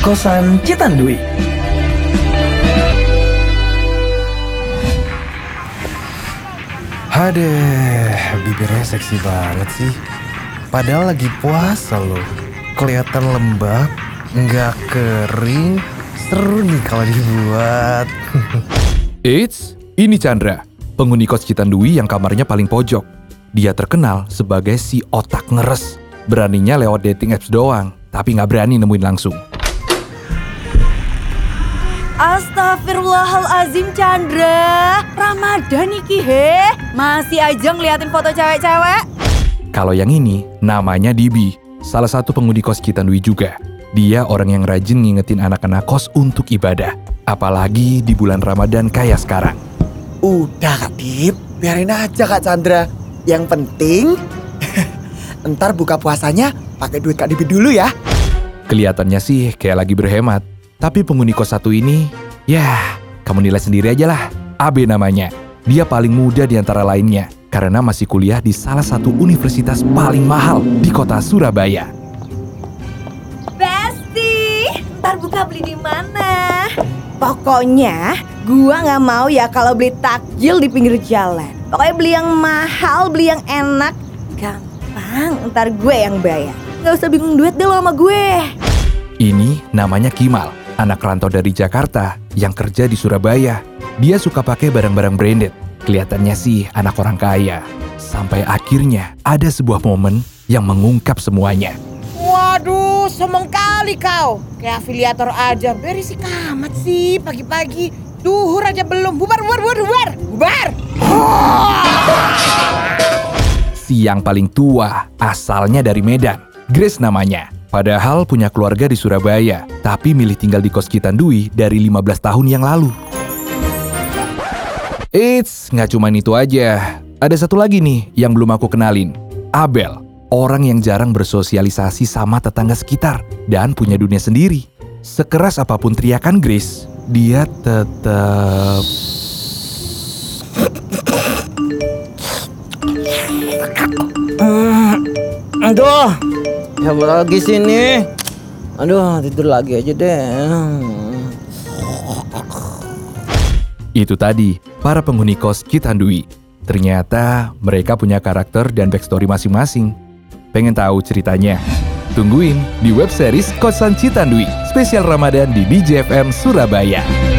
Kosan Citandui. Hadeh, bibirnya seksi banget sih. Padahal lagi puasa loh. Kelihatan lembab, nggak kering. Seru nih kalau dibuat. Eits, ini Chandra, penghuni kos Citandui yang kamarnya paling pojok. Dia terkenal sebagai si otak ngeres. Beraninya lewat dating apps doang, tapi nggak berani nemuin langsung. Astagfirullahalazim Chandra, Ramadan iki he, masih aja ngeliatin foto cewek-cewek. Kalau yang ini, namanya Dibi, salah satu penghuni kos Citandui juga. Dia orang yang rajin ngingetin anak-anak kos untuk ibadah, apalagi di bulan Ramadan kayak sekarang. Udah Kak Dip, biarin aja Kak Chandra. Yang penting, ntar buka puasanya pakai duit Kak Dip dulu ya. Kelihatannya sih kayak lagi berhemat. Tapi penghuni kos satu ini, ya kamu nilai sendiri aja lah. AB namanya. Dia paling muda di antara lainnya karena masih kuliah di salah satu universitas paling mahal di kota Surabaya. Besti, ntar buka beli di mana? Pokoknya gua nggak mau ya kalau beli takjil di pinggir jalan. Pokoknya beli yang mahal, beli yang enak, gampang. Ntar gue yang bayar. Nggak usah bingung duit deh lo sama gue. Ini namanya Kimal, anak rantau dari Jakarta yang kerja di Surabaya. Dia suka pakai barang-barang branded. Kelihatannya sih anak orang kaya. Sampai akhirnya ada sebuah momen yang mengungkap semuanya. Waduh, sombong kali kau. Kayak afiliator aja, berisik amat sih pagi-pagi. Duhur aja belum, bubar. Si yang paling tua asalnya dari Medan, Grace namanya. Padahal punya keluarga di Surabaya, tapi milih tinggal di kos Citandui dari 15 tahun yang lalu. Eits, nggak cuma itu aja. Ada satu lagi nih yang belum aku kenalin. Abel, orang yang jarang bersosialisasi sama tetangga sekitar dan punya dunia sendiri. Sekeras apapun teriakan Grace, dia tetap... Aduh, siapa lagi sini? Aduh, tidur lagi aja deh. Itu tadi, para penghuni kos Citandui. Ternyata mereka punya karakter dan backstory masing-masing. Pengen tahu ceritanya? Tungguin di web series Kosan Citandui, spesial Ramadan di DJFM Surabaya.